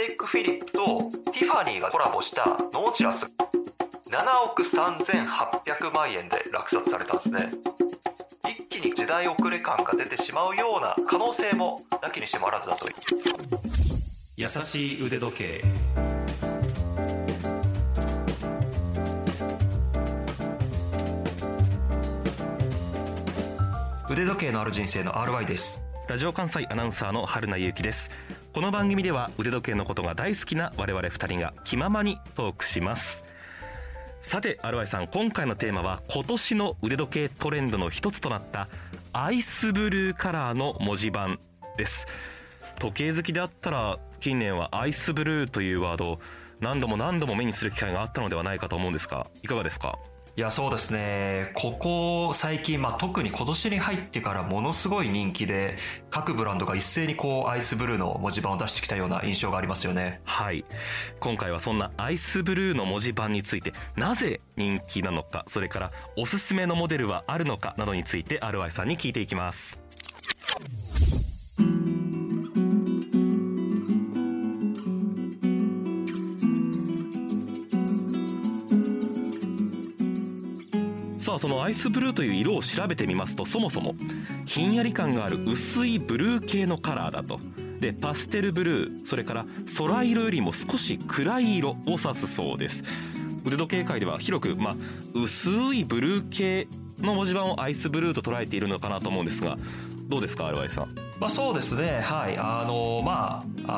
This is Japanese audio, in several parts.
テックフィリップとティファニーがコラボしたノーチラス、7億3800万円で落札されたんですね。一気に時代遅れ感が出てしまうような可能性もなきにしもあらずだという。 優しい腕時計。 腕時計のある人生の RY です。 ラジオ関西アナウンサーの春名由紀です。この番組では腕時計のことが大好きな我々2人が気ままにトークします。さて RY さん、今回のテーマは今年の腕時計トレンドの一つとなったアイスブルーカラーの文字盤です。時計好きであったら近年はアイスブルーというワードを何度も目にする機会があったのではないかと思うんですが、いかがですか？ いや、そうですね。ここ最近、特に今年に入ってからものすごい人気で、各ブランドが一斉にアイスブルーの文字盤を出してきたような印象がありますよね。 はい。今回はそんなアイスブルーの文字盤について、なぜ人気なのか、それからおすすめのモデルはあるのかなどについて RY さんに聞いていきます。さあ、そのアイスブルーという色を調べてみますと、そもそもひんやり感がある薄いブルー系のカラーだと。で、パステルブルー、それから空色よりも少し暗い色を指すそうです。腕時計界では広く、薄いブルー系の文字盤をアイスブルーと捉えているのかなと思うんですが、どうですか RY さん。 そうですね。はい。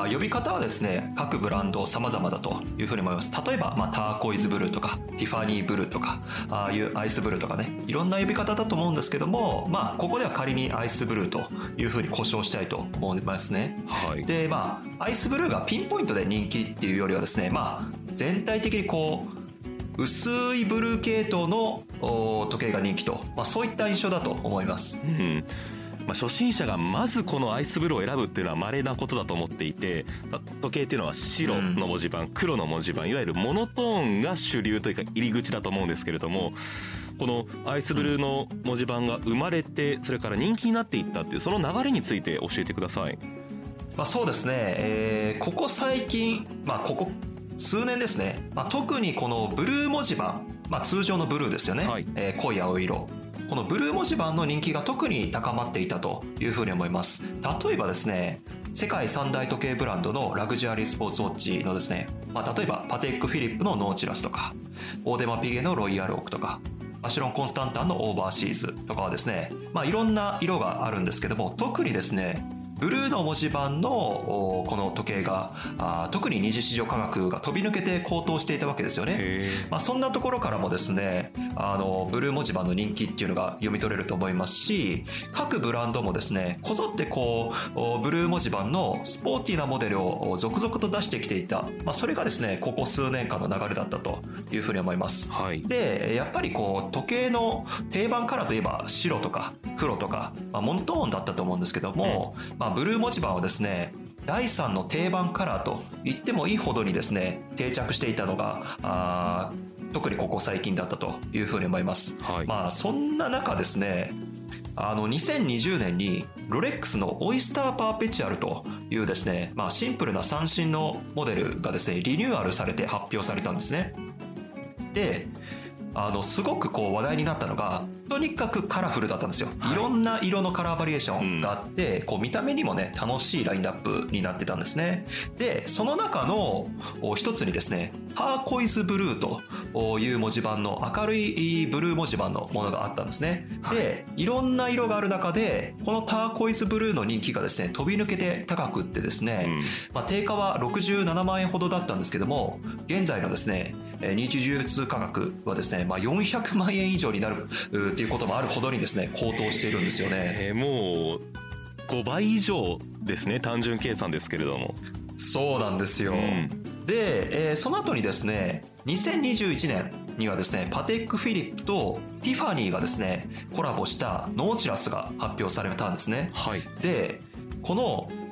呼び方はですね、各ブランド様々だというふうに思います。例えば、ターコイズブルーとかティファニーブルーとか、ああいうアイスブルーとかね、いろんな呼び方だと思うんですけども、ここでは仮にアイスブルーというふうに呼称したいと思いますね。 はい。 で、アイスブルーがピンポイントで人気っていうよりはですね、全体的に薄いブルー系統の時計が人気と、そういった印象だと思います。 初心者がまずこのアイスブルーを選ぶっていうのは稀なことだと思っていて、時計っていうのは白の文字盤、黒の文字盤、いわゆるモノトーンが主流というか入り口だと思うんですけれども、このアイスブルーの文字盤が生まれて、それから人気になっていったっていうその流れについて教えてください。 そうですね、ここ最近、ここ数年ですね、特にこのブルー文字盤、通常のブルーですよね、はい。濃い青色、このブルー文字盤の人気が特に高まっていたというふうに思います。例えばですね、世界三大時計ブランドのラグジュアリースポーツウォッチのですね、例えばパテックフィリップのノーチラスとか、オーデマピゲのロイヤルオークとか、アシュロンコンスタンタンのオーバーシーズとかはですね、いろんな色があるんですけども、特にですね、ブルーの文字盤のこの時計が特に二次市場価格が飛び抜けて高騰していたわけですよね。そんなところからもですね、ブルー文字盤の人気っていうのが読み取れると思いますし、各ブランドもですね、こぞってブルー文字盤のスポーティーなモデルを続々と出してきていた、それがですね、ここ数年間の流れだったというふうに思います。はい。で、やっぱり時計の定番カラーといえば白とか黒とか、モノトーンだったと思うんですけども、ブルー文字盤はですね、第3の定番カラーと言ってもいいほどにですね、定着していたのが特にここ最近だったというふうに思います。はい。そんな中ですね、2020年にロレックスのオイスターパーペチュアルというですね、シンプルな三振のモデルがですね、リニューアルされて発表されたんですね。で、すごく話題になったのが、とにかくカラフルだったんですよ。いろんな色のカラーバリエーションがあって、見た目にもね、楽しいラインナップになってたんですね。で、その中の一つにですね、ターコイズブルーという文字盤の明るいブルー文字盤のものがあったんですね。で、いろんな色がある中で、このターコイズブルーの人気がですね、飛び抜けて高くってですね、定価は67万円ほどだったんですけども、現在のですね、二次流通価格はですね、400万円以上になるっていうこともあるほどにですね、高騰しているんですよね。 もう5倍以上ですね、単純計算ですけれども。 そうなんですよ。で、その後にですね、2021年にはですね、パテックフィリップとティファニーがですね、コラボしたノーチラスが発表されたんですね。はい。で、この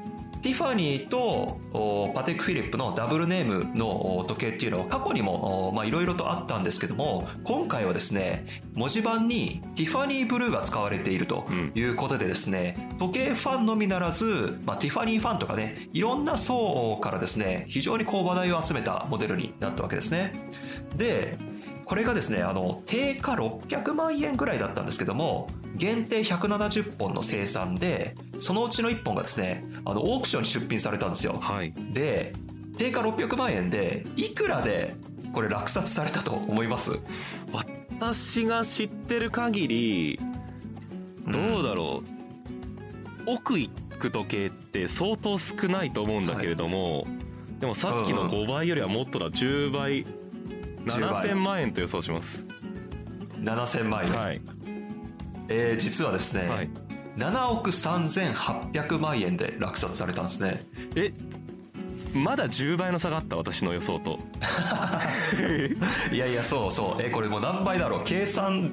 ティファニーとパテックフィリップのダブルネームの時計っていうのは過去にもいろいろとあったんですけども、今回はですね文字盤にティファニーブルーが使われているということでですね、時計ファンのみならず、ティファニーファンとかね、いろんな層からですね非常に話題を集めたモデルになったわけですね。でこれがですね定価600万円ぐらいだったんですけども、限定170本の生産で、そのうちの1本がですねオークションに出品されたんですよ。で定価600万円でいくらでこれ落札されたと思います？ 私が知ってる限りどうだろう、奥行く時計って相当少ないと思うんだけれども、でもさっきの5倍よりはもっとだ、10倍、7000万円と予想します。 7000万円、実はですね、7億3800万円で落札されたんですね。 まだ10倍の差があった、私の予想と。 いやいや、そうこれもう何倍だろう、計算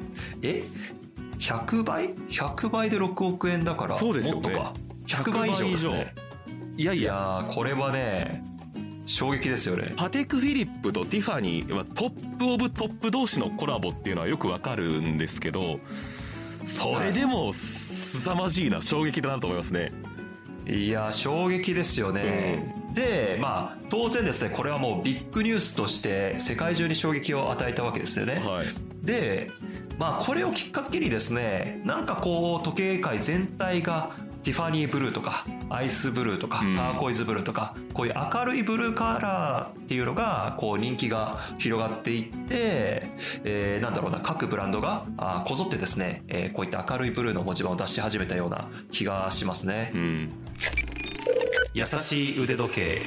100倍100倍で6億円だから、 そうですよね、 もっとか100倍以上ですね。 いやこれはね衝撃ですよね。 パテックフィリップとティファニーはトップオブトップ同士のコラボっていうのはよくわかるんですけど、それでも凄まじいな、衝撃だなと思いますね。 いや衝撃ですよね、で当然ですねこれはもうビッグニュースとして世界中に衝撃を与えたわけですよね、でこれをきっかけにですね、なんかこう時計界全体がティファニーブルーとかアイスブルーとかターコイズブルーとか、こういう明るいブルーカラーっていうのがこう人気が広がっていって、各ブランドがこぞってですね、こういった明るいブルーの文字盤を出し始めたような気がしますね、優しい腕時計。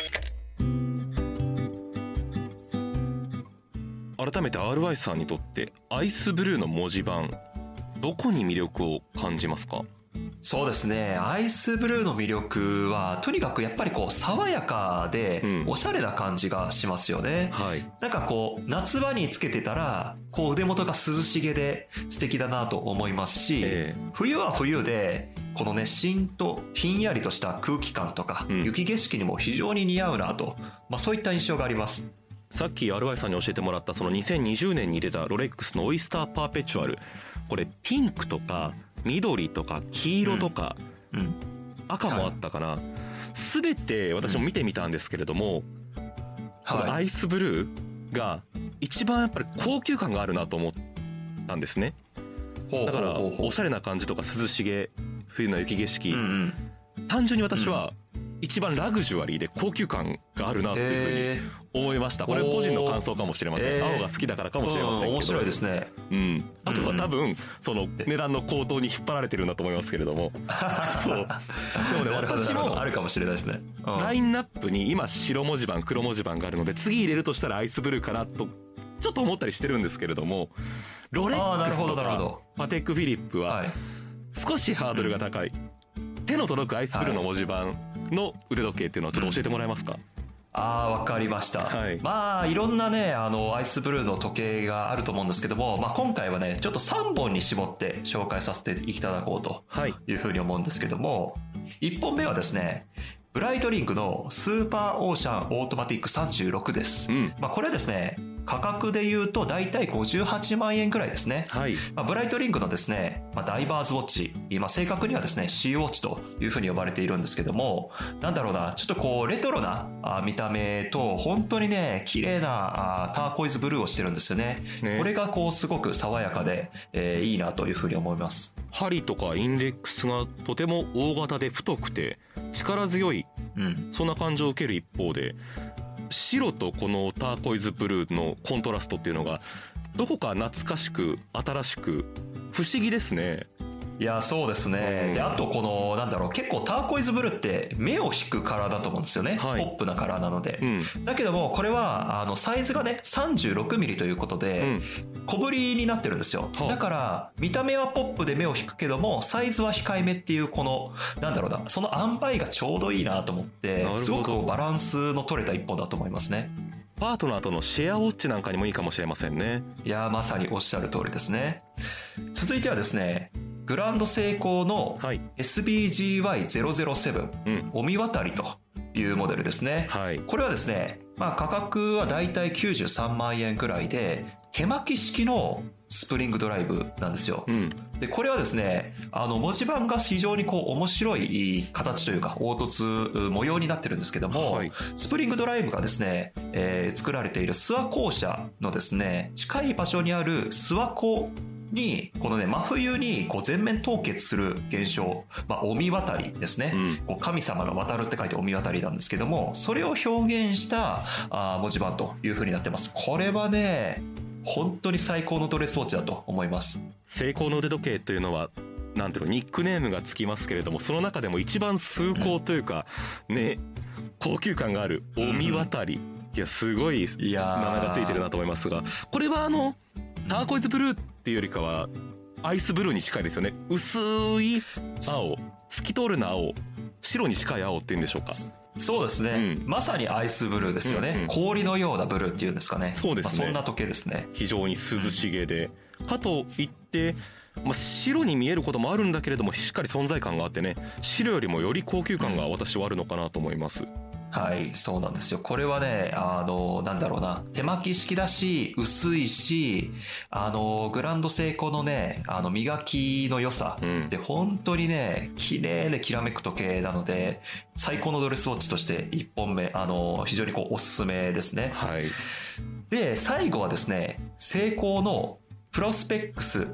改めて RY さんにとってアイスブルーの文字盤、どこに魅力を感じますか？ そうですね、アイスブルーの魅力はとにかくやっぱりこう爽やかでおしゃれな感じがしますよね、なんかこう夏場につけてたらこう腕元が涼しげで素敵だなと思いますし、冬は冬でこのねしんとひんやりとした空気感とか、雪景色にも非常に似合うなと、そういった印象があります。 さっき RY さんに教えてもらったその2020年に出たロレックスのオイスターパーペチュアル、これピンクとか緑とか黄色とか、赤もあったかな、全て私も見てみたんですけれども、このアイスブルーが一番やっぱり高級感があるなと思ったんですね。だからおしゃれな感じとか涼しげ、冬の雪景色、単純に私は一番ラグジュアリーで高級感があるなっていうふうに思いました。これ個人の感想かもしれません、青が好きだからかもしれませんけど、 面白いですね、 あとは多分その値段の高騰に引っ張られてるんだと思いますけれどもそうでもね、私もあるかもしれないですね、 ラインナップに今白文字盤黒文字盤があるので、次入れるとしたらアイスブルーかなとちょっと思ったりしてるんですけれども、ロレックスとかパテックフィリップは少しハードルが高い、手の届くアイスブルーの文字盤の腕時計っていうのをちょっと教えてもらえますか？ わかりました、いろんなねアイスブルーの時計があると思うんですけども、今回はねちょっと3本に絞って紹介させていただこうというふうに思うんですけども、1本目はですねブライトリングのスーパーオーシャンオートマティック36です、これはですね価格で言うと大体58万円くらいですね、ブライトリングのですね、ダイバーズウォッチ、正確にはですねシーウォッチというふうに呼ばれているんですけども、ちょっとこうレトロな見た目と本当にね綺麗なターコイズブルーをしてるんですよね。これがこうすごく爽やかで、いいなというふうに思います。 針とかインデックスがとても大型で太くて力強い、そんな感情を受ける一方で、白とこのターコイズブルーのコントラストっていうのがどこか懐かしく新しく不思議ですね。 いやそうですね、であとこの結構ターコイズブルーって目を引くカラーだと思うんですよね、ポップなカラーなので、だけどもこれはサイズがね 36mm ということで、小ぶりになってるんですよ、だから見た目はポップで目を引くけどもサイズは控えめっていう、このその塩梅がちょうどいいなと思って、すごくバランスの取れた一本だと思いますね。 パートナーとのシェアウォッチなんかにもいいかもしれませんね。 いやまさにおっしゃる通りですね。続いてはですねグランドセイコーの SBGY007、御神渡りというモデルですね。これはですね、価格はだいたい93万円くらいで、手巻き式のスプリングドライブなんですよ。でこれはですね、文字盤が非常に面白い形というか凹凸模様になってるんですけども、スプリングドライブがですね、作られている諏訪校舎のですね、近い場所にある諏訪湖にこのね、真冬に全面凍結する現象、御神渡りですね、神様が渡るって書いて御神渡りなんですけども、それを表現した文字盤という風になってます。これはね、本当に最高のドレスウォッチだと思います。 セイコーの腕時計というのはなんていうの、ニックネームがつきますけれども、その中でも一番崇高というか、ね、高級感がある御神渡り、いやすごい名前がついてるなと思いますが、これはターコイズブルーっていうよりかはアイスブルーに近いですよね。薄い青、透き通るような青、白に近い青っていうんでしょうか。 そうですね、まさにアイスブルーですよね、氷のようなブルーっていうんですかね。 そうですね、 そんな時計ですね。 非常に涼しげで、かといって、白に見えることもあるんだけれども、しっかり存在感があってね、白よりもより高級感が私はあるのかなと思います。 はい、そうなんですよ。これはね、なんだろうな、手巻き式だし、薄いし、グランドセイコーのね、磨きの良さ、で、本当にね、綺麗できらめく時計なので、最高のドレスウォッチとして1本目、非常におすすめですね。で、最後はですね、セイコーのプロスペックス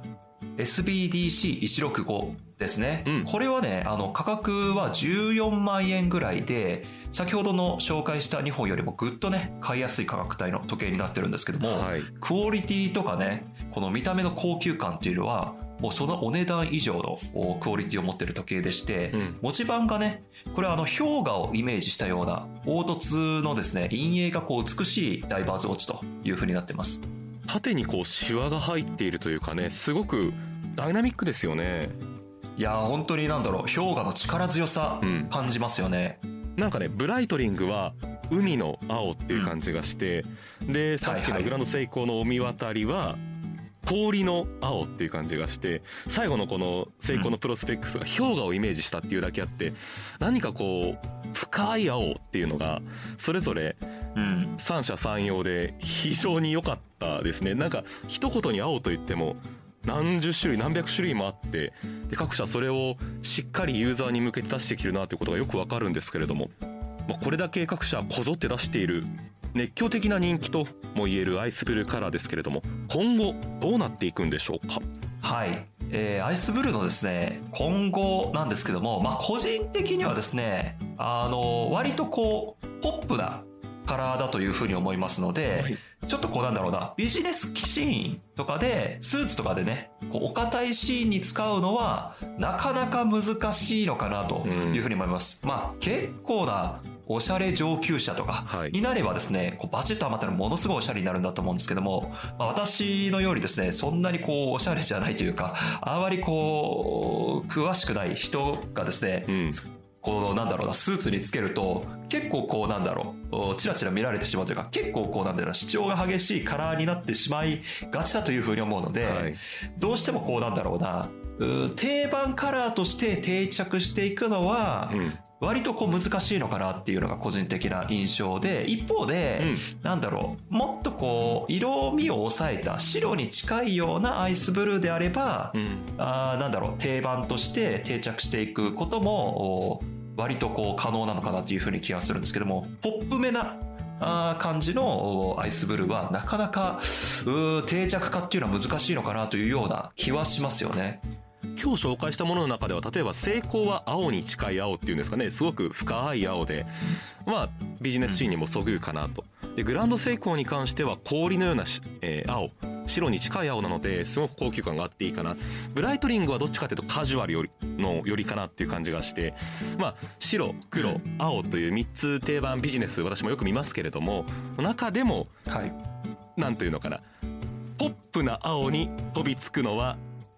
SBDC165 ですね。これはね、価格は14万円ぐらいで、先ほどの紹介した2本よりもぐっとね、買いやすい価格帯の時計になってるんですけども、クオリティとかね、この見た目の高級感っていうのは、もうそのお値段以上のクオリティを持ってる時計でして、文字盤がね、これは氷河をイメージしたような凹凸のですね、陰影が美しいダイバーズウォッチという風になってます。 縦にシワが入っているというかね、すごくダイナミックですよね。 いや本当になんだろう、氷河の力強さ感じますよね。 なんかね、ブライトリングは海の青っていう感じがして、でさっきのグランドセイコーの御神渡りは氷の青っていう感じがして、最後のこのセイコーのプロスペックスが氷河をイメージしたっていうだけあって、何か深い青っていうのがそれぞれ三者三様で非常に良かったですね。なんか一言に青と言っても何十種類何百種類もあって、で各社それをしっかりユーザーに向けて出してきてるなということがよくわかるんですけれども、これだけ各社こぞって出している熱狂的な人気とも言えるアイスブルーカラーですけれども、今後どうなっていくんでしょうか。 はい、アイスブルーのですね、今後なんですけども、個人的にはですね、割とポップなカラーだというふうに思いますので、ちょっとなんだろうな、ビジネスシーンとかでスーツとかでね、お堅いシーンに使うのはなかなか難しいのかなというふうに思います。結構なおしゃれ上級者とかになればですね、バチッと余ったらものすごいおしゃれになるんだと思うんですけども、私のようにですね、そんなにおしゃれじゃないというか、あまり詳しくない人がですね、なんだろうな、スーツにつけると結構なんだろう、チラチラ見られてしまうというか、結構なんだろうな、主張が激しいカラーになってしまいがちだというふうに思うので、どうしてもなんだろうな、定番カラーとして定着していくのは割と難しいのかなっていうのが個人的な印象で、一方で、なんだろう、もっと色味を抑えた白に近いようなアイスブルーであれば、なんだろう、定番として定着していくことも割と可能なのかなというふうに気がするんですけども、ポップめな感じのアイスブルーはなかなか定着化っていうのは難しいのかなというような気はしますよね。 今日紹介したものの中では、例えばセイコーは青に近い青っていうんですかね、すごく深い青で、ビジネスシーンにもそぐうかなと。でグランドセイコーに関しては氷のような、青、白に近い青なのですごく高級感があっていいかな。ブライトリングはどっちかというとカジュアルよりかなっていう感じがして、白、黒、青という3つ定番ビジネス私もよく見ますけれども、中でも、なんというのかな、ポップな青に飛びつくのは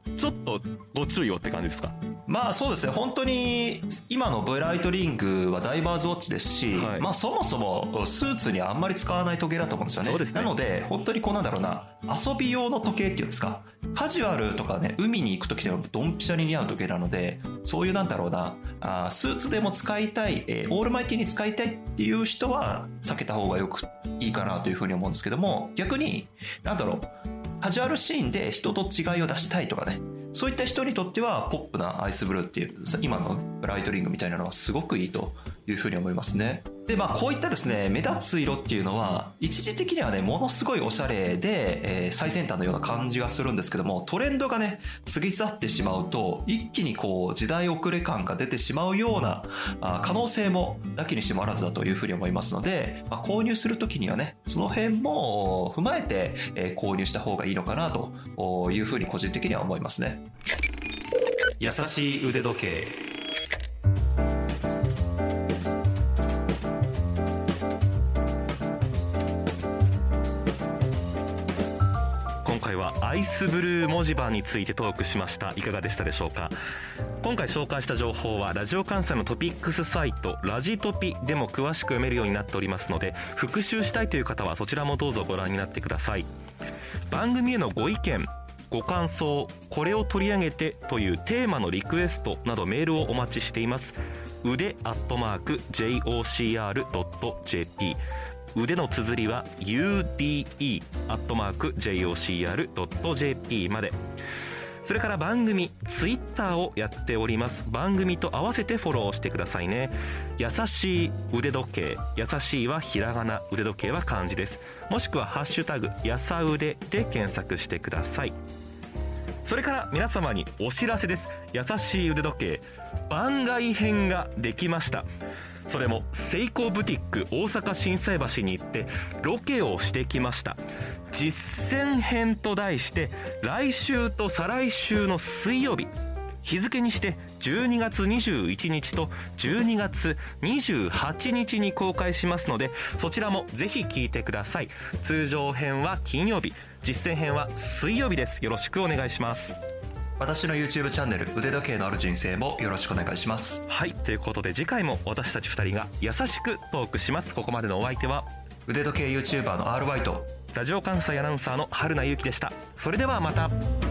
ちょっとご注意をって感じですか？ まあそうですね、本当に今のブライトリングはダイバーズウォッチですし、はい、まあそもそもスーツにあんまり使わない時計だと思うんですよね。 そうですね。 なので本当にこうなんだろうな、遊び用の時計っていうんですか、カジュアルとかね、海に行く時でもドンピシャに似合う時計なので、そういうなんだろうな、スーツでも使いたい、オールマイティに使いたいっていう人は避けた方がいいかなというふうに思うんですけども、逆になんだろう、カジュアルシーンで人と違いを出したいとかね、そういった人にとってはポップなアイスブルーっていう今のブライトリングみたいなのはすごくいいというふうに思いますね。でまあこういったですね目立つ色っていうのは一時的にはねものすごいおしゃれで、最先端のような感じがするんですけども、トレンドがね過ぎ去ってしまうと一気にこう時代遅れ感が出てしまうような可能性もなきにしもあらずだというふうに思いますので、購入するときにはねその辺も踏まえて、購入した方がいいのかなというふうに個人的には思いますね。優しい腕時計。 今回はアイスブルー文字盤についてトークしました。いかがでしたでしょうか？今回紹介した情報はラジオ関西のトピックスサイトラジトピでも詳しく読めるようになっておりますので、復習したいという方はそちらもどうぞご覧になってください。番組へのご意見ご感想、これを取り上げてというテーマのリクエストなどメールをお待ちしています。腕@jocr.jp、 腕の綴りは ude@jocr.jp まで。それから番組ツイッターをやっております。番組と合わせてフォローしてくださいね。優しい腕時計、優しいはひらがな、腕時計は漢字です。もしくはハッシュタグやさうでで検索してください。それから皆様にお知らせです。優しい腕時計番外編ができました。それもセイコーブティック大阪心斎橋に行ってロケをしてきました。実践編と題して来週と再来週の水曜日、日付にして12月21日と12月28日に公開しますので、そちらもぜひ聞いてください。通常編は金曜日、実践編は水曜日です。よろしくお願いします。 私の YouTube チャンネル腕時計のある人生もよろしくお願いします。 はい、ということで次回も私たち2人が優しくトークします。ここまでのお相手は腕時計 YouTuber の RY とラジオ関西アナウンサーの春名由紀でした。それではまた。